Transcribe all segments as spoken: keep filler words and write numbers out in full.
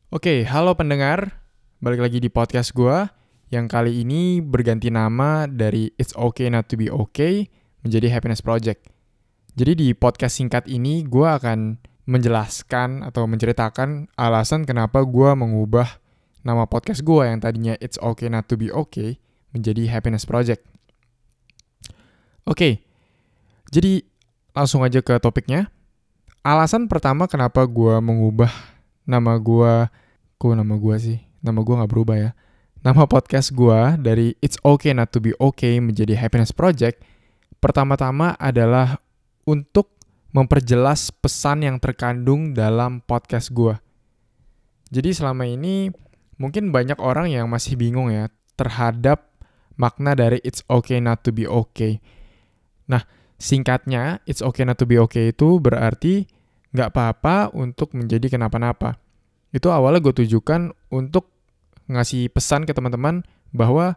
Oke, halo pendengar. Balik lagi di podcast gue yang kali ini berganti nama dari It's Okay Not to Be Okay menjadi Happiness Project. Jadi di podcast singkat ini gue akan menjelaskan atau menceritakan alasan kenapa gue mengubah nama podcast gue yang tadinya It's Okay Not to Be Okay menjadi Happiness Project. Oke, jadi langsung aja ke topiknya. Alasan pertama kenapa gue mengubah nama gue Kok nama gue sih? Nama gue gak berubah ya. Nama podcast gue dari It's Okay Not To Be Okay menjadi Happiness Project, pertama-tama adalah untuk memperjelas pesan yang terkandung dalam podcast gue. Jadi selama ini mungkin banyak orang yang masih bingung ya terhadap makna dari It's Okay Not To Be Okay. Nah, singkatnya It's Okay Not To Be Okay itu berarti gak apa-apa untuk menjadi kenapa-napa. Itu awalnya gue tujukan untuk ngasih pesan ke teman-teman bahwa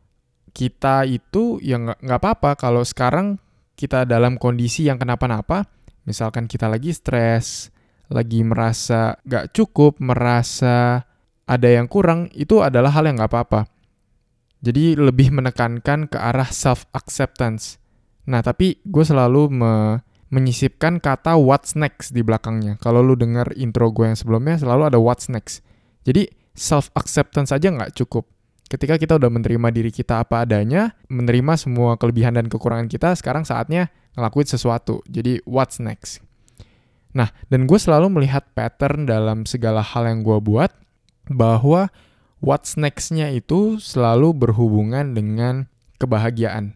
kita itu ya nggak nggak apa-apa kalau sekarang kita dalam kondisi yang kenapa-napa, misalkan kita lagi stres, lagi merasa nggak cukup, merasa ada yang kurang, itu adalah hal yang nggak apa-apa. Jadi lebih menekankan ke arah self-acceptance. Nah, tapi gue selalu me- menyisipkan kata what's next di belakangnya. Kalau lu denger intro gue yang sebelumnya, selalu ada what's next. Jadi self-acceptance aja nggak cukup. Ketika kita udah menerima diri kita apa adanya, menerima semua kelebihan dan kekurangan kita, sekarang saatnya ngelakuin sesuatu. Jadi what's next? Nah, dan gue selalu melihat pattern dalam segala hal yang gue buat, bahwa what's next-nya itu selalu berhubungan dengan kebahagiaan.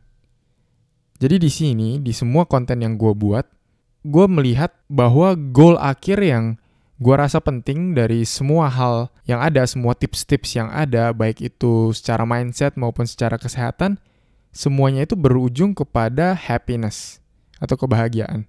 Jadi di sini, di semua konten yang gue buat, gue melihat bahwa goal akhir yang gue rasa penting dari semua hal yang ada, semua tips-tips yang ada, baik itu secara mindset maupun secara kesehatan, semuanya itu berujung kepada happiness atau kebahagiaan.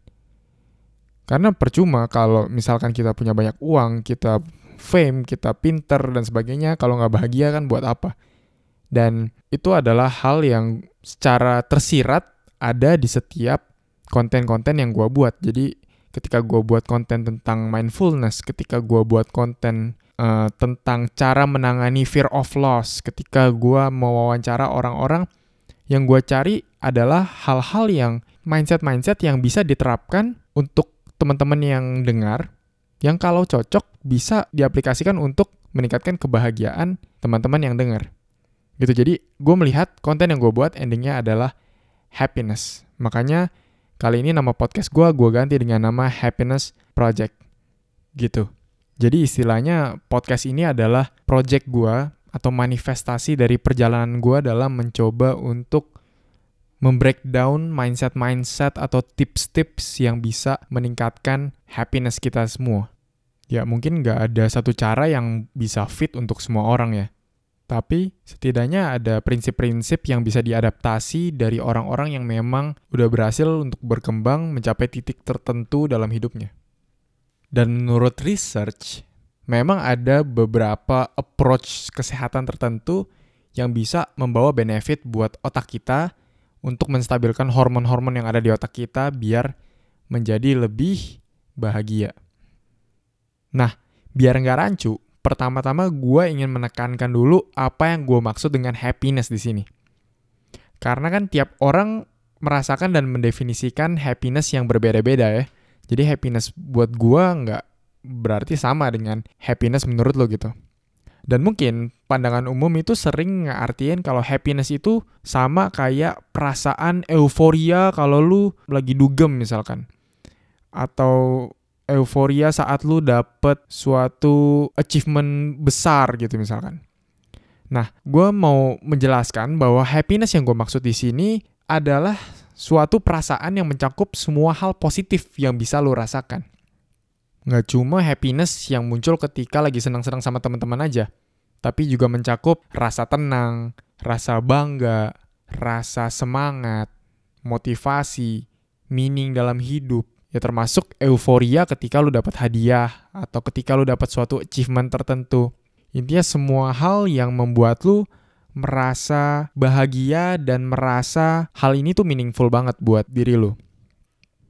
Karena percuma kalau misalkan kita punya banyak uang, kita fame, kita pinter dan sebagainya, kalau nggak bahagia kan buat apa? Dan itu adalah hal yang secara tersirat ada di setiap konten-konten yang gue buat. Jadi ketika gue buat konten tentang mindfulness, ketika gue buat konten uh, tentang cara menangani fear of loss, ketika gue mau wawancara orang-orang, yang gue cari adalah hal-hal yang mindset-mindset yang bisa diterapkan untuk teman-teman yang dengar, yang kalau cocok bisa diaplikasikan untuk meningkatkan kebahagiaan teman-teman yang dengar. Gitu. Jadi gue melihat konten yang gue buat endingnya adalah happiness. Makanya kali ini nama podcast gue, gue ganti dengan nama Happiness Project. Gitu. Jadi istilahnya podcast ini adalah project gue atau manifestasi dari perjalanan gue dalam mencoba untuk membreakdown mindset-mindset atau tips-tips yang bisa meningkatkan happiness kita semua. Ya mungkin gak ada satu cara yang bisa fit untuk semua orang ya. Tapi setidaknya ada prinsip-prinsip yang bisa diadaptasi dari orang-orang yang memang udah berhasil untuk berkembang mencapai titik tertentu dalam hidupnya. Dan menurut research, memang ada beberapa approach kesehatan tertentu yang bisa membawa benefit buat otak kita untuk menstabilkan hormon-hormon yang ada di otak kita biar menjadi lebih bahagia. Nah, biar nggak rancu, pertama-tama gue ingin menekankan dulu apa yang gue maksud dengan happiness di sini. Karena kan tiap orang merasakan dan mendefinisikan happiness yang berbeda-beda ya. Jadi happiness buat gue nggak berarti sama dengan happiness menurut lo gitu. Dan mungkin pandangan umum itu sering ngartiin kalau happiness itu sama kayak perasaan euforia kalau lu lagi dugem misalkan. Atau euforia saat lu dapet suatu achievement besar gitu misalkan. Nah, gue mau menjelaskan bahwa happiness yang gue maksud di sini adalah suatu perasaan yang mencakup semua hal positif yang bisa lu rasakan. Nggak cuma happiness yang muncul ketika lagi senang-senang sama teman-teman aja, tapi juga mencakup rasa tenang, rasa bangga, rasa semangat, motivasi, meaning dalam hidup. Ya termasuk euforia ketika lu dapat hadiah atau ketika lu dapat suatu achievement tertentu. Intinya semua hal yang membuat lu merasa bahagia dan merasa hal ini tuh meaningful banget buat diri lu.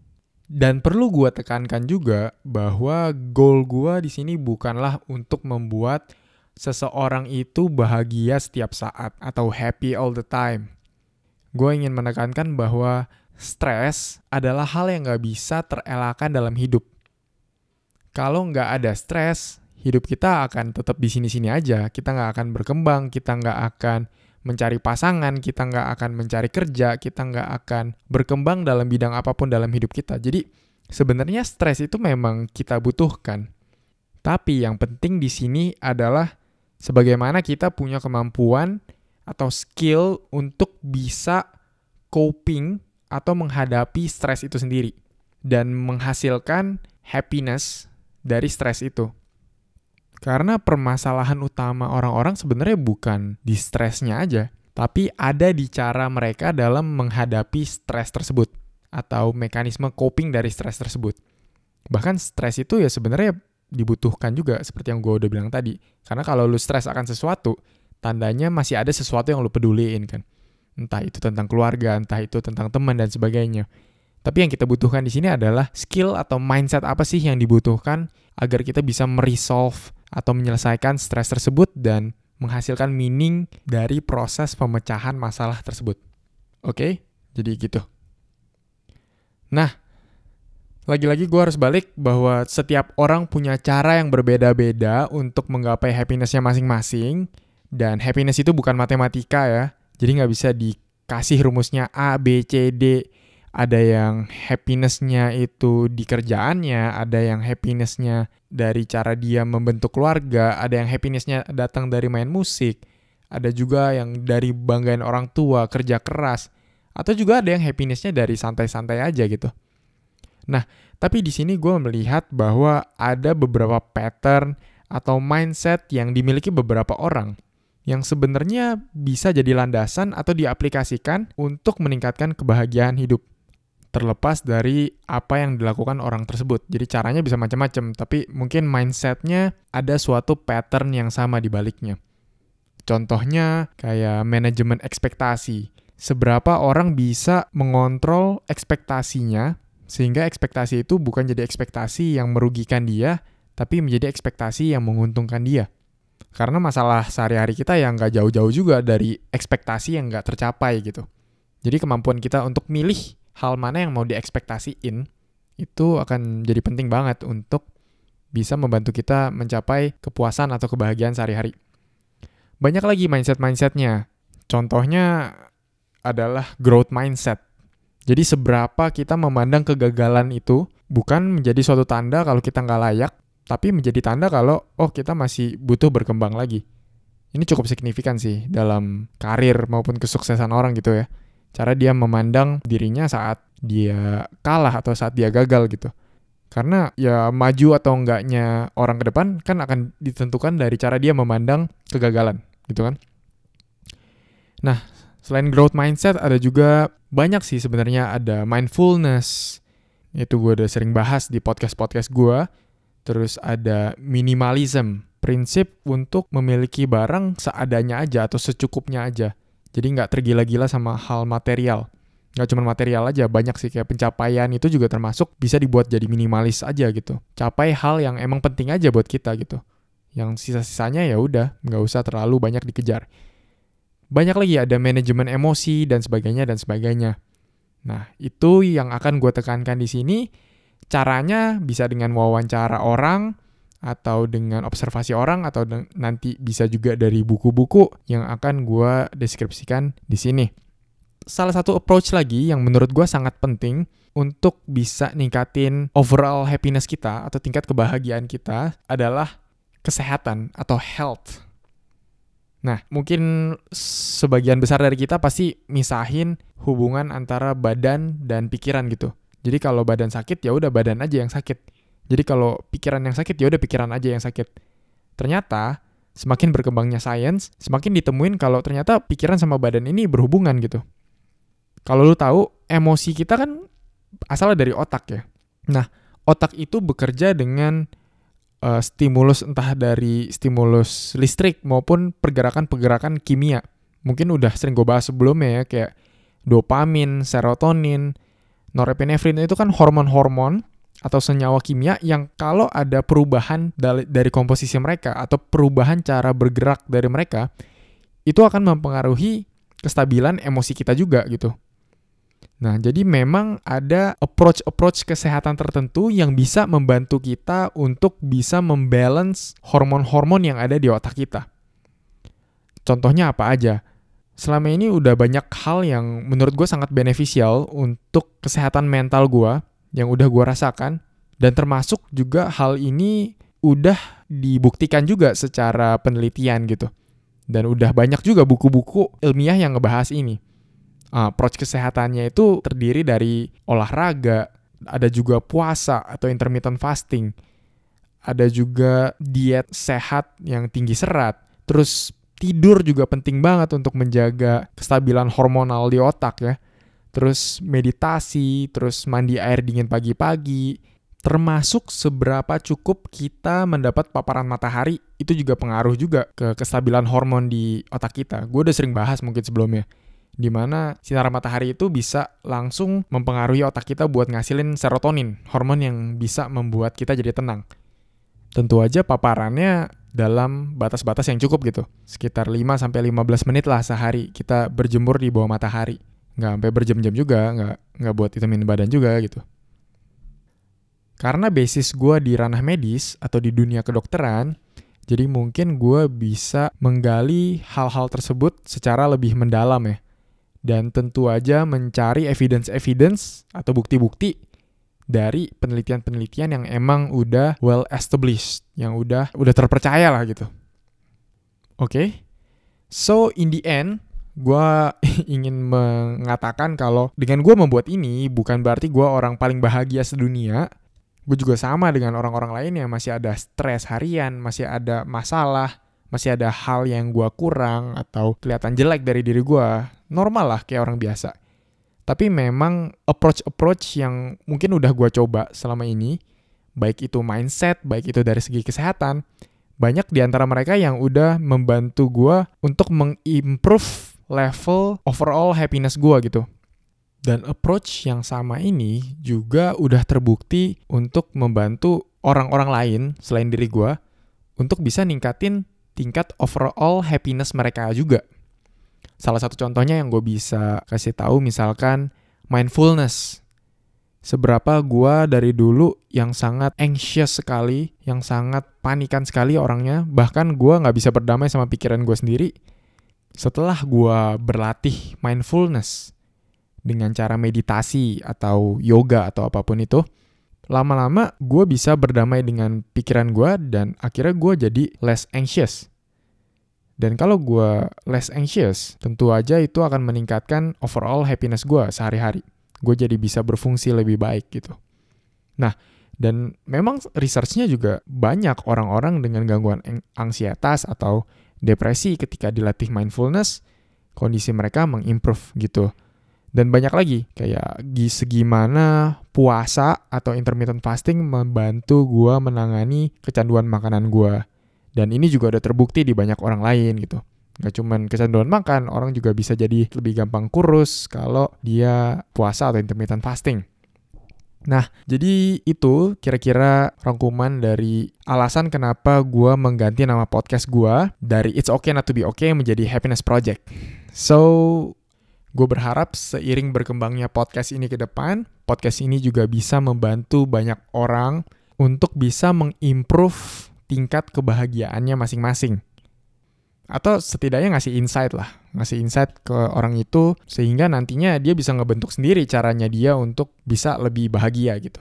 Dan perlu gue tekankan juga bahwa goal gue di sini bukanlah untuk membuat seseorang itu bahagia setiap saat atau happy all the time. Gue ingin menekankan bahwa stres adalah hal yang gak bisa terelakkan dalam hidup. Kalau gak ada stres, hidup kita akan tetap di sini-sini aja. Kita gak akan berkembang, kita gak akan mencari pasangan, kita nggak akan mencari kerja, kita nggak akan berkembang dalam bidang apapun dalam hidup kita. Jadi sebenarnya stres itu memang kita butuhkan. Tapi yang penting di sini adalah sebagaimana kita punya kemampuan atau skill untuk bisa coping atau menghadapi stres itu sendiri dan menghasilkan happiness dari stres itu. Karena permasalahan utama orang-orang sebenarnya bukan di stresnya aja, tapi ada di cara mereka dalam menghadapi stres tersebut atau mekanisme coping dari stres tersebut. Bahkan stres itu ya sebenarnya dibutuhkan juga seperti yang gue udah bilang tadi. Karena kalau lu stres akan sesuatu, tandanya masih ada sesuatu yang lu peduliin kan. Entah itu tentang keluarga, entah itu tentang teman dan sebagainya. Tapi yang kita butuhkan di sini adalah skill atau mindset apa sih yang dibutuhkan agar kita bisa meresolve atau menyelesaikan stres tersebut dan menghasilkan meaning dari proses pemecahan masalah tersebut. Oke, jadi gitu. Nah, lagi-lagi gue harus balik bahwa setiap orang punya cara yang berbeda-beda untuk menggapai happiness-nya masing-masing. Dan happiness itu bukan matematika ya. Jadi gak bisa dikasih rumusnya A, B, C, D. Ada yang happiness-nya itu di kerjaannya, ada yang happiness-nya dari cara dia membentuk keluarga, ada yang happiness-nya datang dari main musik, ada juga yang dari banggain orang tua, kerja keras, atau juga ada yang happiness-nya dari santai-santai aja gitu. Nah, tapi di sini gue melihat bahwa ada beberapa pattern atau mindset yang dimiliki beberapa orang yang sebenarnya bisa jadi landasan atau diaplikasikan untuk meningkatkan kebahagiaan hidup. Terlepas dari apa yang dilakukan orang tersebut. Jadi caranya bisa macam-macam, tapi mungkin mindset-nya ada suatu pattern yang sama di baliknya. Contohnya kayak manajemen ekspektasi. Seberapa orang bisa mengontrol ekspektasinya, sehingga ekspektasi itu bukan jadi ekspektasi yang merugikan dia, tapi menjadi ekspektasi yang menguntungkan dia. Karena masalah sehari-hari kita yang gak jauh-jauh juga dari ekspektasi yang gak tercapai gitu. Jadi kemampuan kita untuk milih hal mana yang mau diekspektasiin itu akan jadi penting banget untuk bisa membantu kita mencapai kepuasan atau kebahagiaan sehari-hari. Banyak lagi mindset-mindsetnya. Contohnya adalah growth mindset. Jadi seberapa kita memandang kegagalan itu bukan menjadi suatu tanda kalau kita nggak layak, tapi menjadi tanda kalau oh kita masih butuh berkembang lagi. Ini cukup signifikan sih dalam karir maupun kesuksesan orang gitu ya. Cara dia memandang dirinya saat dia kalah atau saat dia gagal gitu. Karena ya maju atau enggaknya orang ke depan kan akan ditentukan dari cara dia memandang kegagalan gitu kan. Nah, selain growth mindset ada juga banyak sih sebenarnya, ada mindfulness. Itu gue udah sering bahas di podcast-podcast gue. Terus ada minimalism, prinsip untuk memiliki barang seadanya aja atau secukupnya aja. Jadi nggak tergila-gila sama hal material. Nggak cuma material aja, banyak sih kayak pencapaian itu juga termasuk bisa dibuat jadi minimalis aja gitu. Capai hal yang emang penting aja buat kita gitu. Yang sisa-sisanya ya udah, nggak usah terlalu banyak dikejar. Banyak lagi ada manajemen emosi dan sebagainya dan sebagainya. Nah, itu yang akan gue tekankan di sini. Caranya bisa dengan wawancara orang, atau dengan observasi orang, atau de- nanti bisa juga dari buku-buku yang akan gue deskripsikan di sini. Salah satu approach lagi yang menurut gue sangat penting untuk bisa ningkatin overall happiness kita atau tingkat kebahagiaan kita adalah kesehatan atau health. Nah, mungkin sebagian besar dari kita pasti misahin hubungan antara badan dan pikiran gitu. Jadi kalau badan sakit ya udah badan aja yang sakit. Jadi kalau pikiran yang sakit, ya udah pikiran aja yang sakit. Ternyata, semakin berkembangnya sains, semakin ditemuin kalau ternyata pikiran sama badan ini berhubungan gitu. Kalau lu tahu, emosi kita kan asalnya dari otak ya. Nah, otak itu bekerja dengan uh, stimulus, entah dari stimulus listrik maupun pergerakan-pergerakan kimia. Mungkin udah sering gue bahas sebelumnya ya, kayak dopamin, serotonin. Norepinefrin itu kan hormon-hormon atau senyawa kimia yang kalau ada perubahan dari komposisi mereka atau perubahan cara bergerak dari mereka, itu akan mempengaruhi kestabilan emosi kita juga gitu. Nah, jadi memang ada approach-approach kesehatan tertentu yang bisa membantu kita untuk bisa membalance hormon-hormon yang ada di otak kita. Contohnya apa aja? Selama ini udah banyak hal yang menurut gue sangat beneficial untuk kesehatan mental gue yang udah gue rasakan, dan termasuk juga hal ini udah dibuktikan juga secara penelitian gitu. Dan udah banyak juga buku-buku ilmiah yang ngebahas ini. Uh, approach kesehatannya itu terdiri dari olahraga, ada juga puasa atau intermittent fasting, ada juga diet sehat yang tinggi serat, terus tidur juga penting banget untuk menjaga kestabilan hormonal di otak ya, terus meditasi, terus mandi air dingin pagi-pagi, termasuk seberapa cukup kita mendapat paparan matahari, itu juga pengaruh juga ke kestabilan hormon di otak kita. Gue udah sering bahas mungkin sebelumnya, di mana sinar matahari itu bisa langsung mempengaruhi otak kita buat ngasilin serotonin, hormon yang bisa membuat kita jadi tenang. Tentu aja paparannya dalam batas-batas yang cukup gitu, sekitar lima sampai lima belas menit lah sehari kita berjemur di bawah matahari. Nggak sampai berjam-jam juga, nggak, nggak buat vitamin badan juga gitu. Karena basis gue di ranah medis atau di dunia kedokteran, jadi mungkin gue bisa menggali hal-hal tersebut secara lebih mendalam ya. Dan tentu aja mencari evidence-evidence atau bukti-bukti dari penelitian-penelitian yang emang udah well established, yang udah udah terpercaya lah gitu. Oke, okay? So in the end, gue ingin mengatakan kalau dengan gue membuat ini bukan berarti gue orang paling bahagia sedunia. Gue juga sama dengan orang-orang lain yang masih ada stres harian, masih ada masalah, masih ada hal yang gue kurang atau kelihatan jelek dari diri gue. Normal lah kayak orang biasa. Tapi memang approach-approach yang mungkin udah gue coba selama ini, baik itu mindset, baik itu dari segi kesehatan, banyak di antara mereka yang udah membantu gue untuk mengimprove level overall happiness gue gitu. Dan approach yang sama ini juga udah terbukti untuk membantu orang-orang lain selain diri gue untuk bisa ningkatin tingkat overall happiness mereka juga. Salah satu contohnya yang gue bisa kasih tahu misalkan mindfulness. Seberapa gue dari dulu yang sangat anxious sekali, yang sangat panikan sekali orangnya, bahkan gue gak bisa berdamai sama pikiran gue sendiri. Setelah gue berlatih mindfulness dengan cara meditasi atau yoga atau apapun itu, lama-lama gue bisa berdamai dengan pikiran gue dan akhirnya gue jadi less anxious. Dan kalau gue less anxious, tentu aja itu akan meningkatkan overall happiness gue sehari-hari. Gue jadi bisa berfungsi lebih baik gitu. Nah, dan memang research-nya juga banyak orang-orang dengan gangguan ansietas atau depresi ketika dilatih mindfulness, kondisi mereka mengimprove gitu. Dan banyak lagi, kayak segimana puasa atau intermittent fasting membantu gue menangani kecanduan makanan gue. Dan ini juga udah terbukti di banyak orang lain gitu. Gak cuman kecanduan makan, orang juga bisa jadi lebih gampang kurus kalau dia puasa atau intermittent fasting. Nah, jadi itu kira-kira rangkuman dari alasan kenapa gue mengganti nama podcast gue dari It's Okay Not To Be Okay menjadi Happiness Project. So, gue berharap seiring berkembangnya podcast ini ke depan, podcast ini juga bisa membantu banyak orang untuk bisa mengimprove tingkat kebahagiaannya masing-masing. Atau setidaknya ngasih insight lah, ngasih insight ke orang itu sehingga nantinya dia bisa ngebentuk sendiri caranya dia untuk bisa lebih bahagia gitu.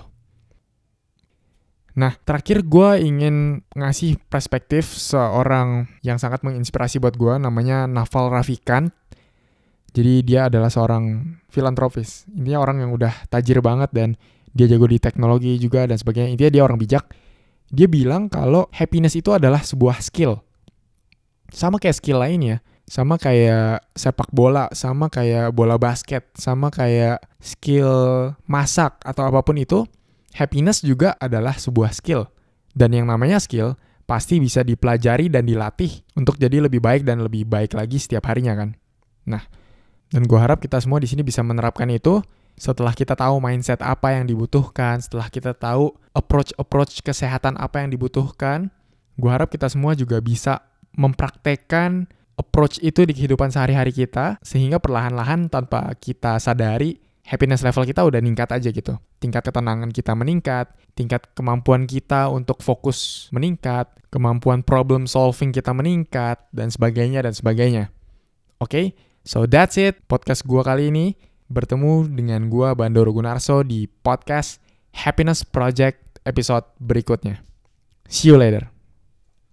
Nah, terakhir gue ingin ngasih perspektif seorang yang sangat menginspirasi buat gue, namanya Naval Ravikant. Jadi dia adalah seorang filantropis. Intinya orang yang udah tajir banget dan dia jago di teknologi juga dan sebagainya. Intinya dia orang bijak. Dia bilang kalau happiness itu adalah sebuah skill. Sama kayak skill lainnya. Sama kayak sepak bola, sama kayak bola basket, sama kayak skill masak atau apapun itu. Happiness juga adalah sebuah skill. Dan yang namanya skill pasti bisa dipelajari dan dilatih untuk jadi lebih baik dan lebih baik lagi setiap harinya kan. Nah, dan gue harap kita semua di sini bisa menerapkan itu Setelah kita tahu mindset apa yang dibutuhkan, setelah kita tahu approach-approach kesehatan apa yang dibutuhkan, gue harap kita semua juga bisa mempraktekkan approach itu di kehidupan sehari-hari kita, sehingga perlahan-lahan tanpa kita sadari, happiness level kita udah meningkat aja gitu. Tingkat ketenangan kita meningkat, tingkat kemampuan kita untuk fokus meningkat, kemampuan problem solving kita meningkat, dan sebagainya, dan sebagainya. Oke, okay? So that's it, podcast gue kali ini. Bertemu dengan gue Bandoro Gunarso di podcast Happiness Project episode berikutnya. See you later.